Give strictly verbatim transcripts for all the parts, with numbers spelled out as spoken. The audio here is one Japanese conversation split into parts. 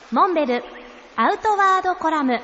モンベルアウトワードコラム。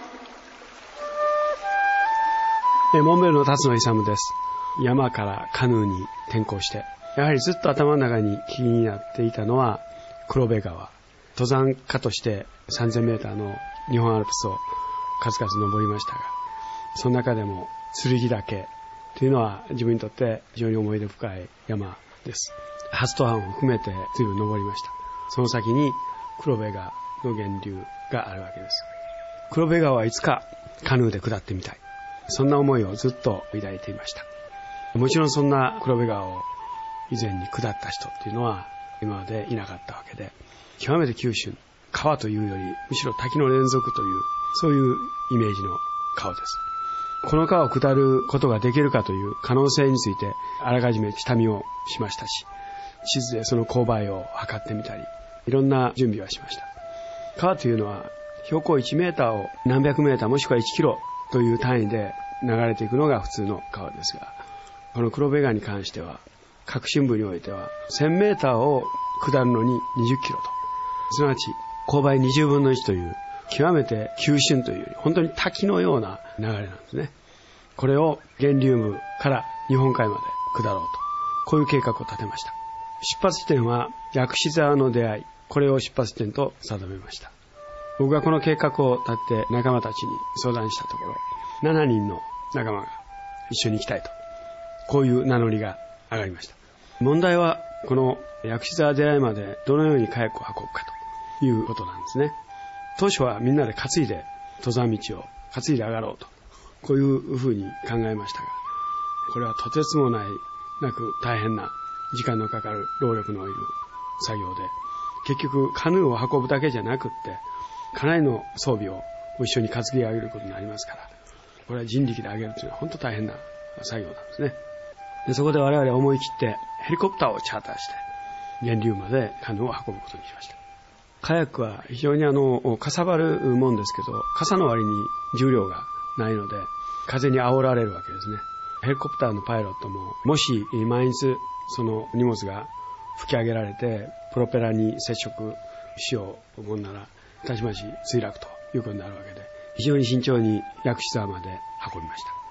モンベルの辰野勇です。山からカヌーに転向して、やはりずっと頭の中に気になっていたのは黒部川。登山家としてさんぜんメーターの日本アルプスを数々登りましたが、その中でも剣岳というのは自分にとって非常に思い出深い山です。初登山を含めて随分登りました。その先に黒部川の源流があるわけです。黒部川はいつかカヌーで下ってみたい、そんな思いをずっと抱いていました。もちろんそんな黒部川を以前に下った人っていうのは今までいなかったわけで、極めて急峻、川というよりむしろ滝の連続という、そういうイメージの川です。この川を下ることができるかという可能性についてあらかじめ下見をしましたし、地図でその勾配を測ってみたり、いろんな準備はしました。川というのは標高いちメーターを何百メーターもしくはいちキロという単位で流れていくのが普通の川ですが、この黒部川に関しては核心部においてはせんメーターを下るのににじゅっキロと、すなわち勾配にじゅうぶんのいちという極めて急峻というより本当に滝のような流れなんですね。これを源流部から日本海まで下ろうと、こういう計画を立てました。出発地点は薬師沢の出会い、これを出発地点と定めました。僕がこの計画を立って仲間たちに相談したところ、しちにんの仲間が一緒に行きたいと、こういう名乗りが上がりました。問題はこの薬師沢出会いまでどのようにカヤックを運ぶかということなんですね。当初はみんなで担いで登山道を担いで上がろうと、こういうふうに考えましたが、これはとてつもないなく大変な時間のかかる労力のいる作業で、結局カヌーを運ぶだけじゃなくってかなりの装備を一緒に担ぎ上げることになりますから、これは人力で上げるというのは本当大変な作業なんですね。でそこで我々は思い切ってヘリコプターをチャーターして源流までカヌーを運ぶことにしました。カヤックは非常にあのかさばるもんですけど、傘の割に重量がないので風に煽られるわけですね。ヘリコプターのパイロットももし毎日その荷物が吹き上げられてプロペラに接触しようもんならたちまち墜落ということになるわけで、非常に慎重に薬師沢まで運びました。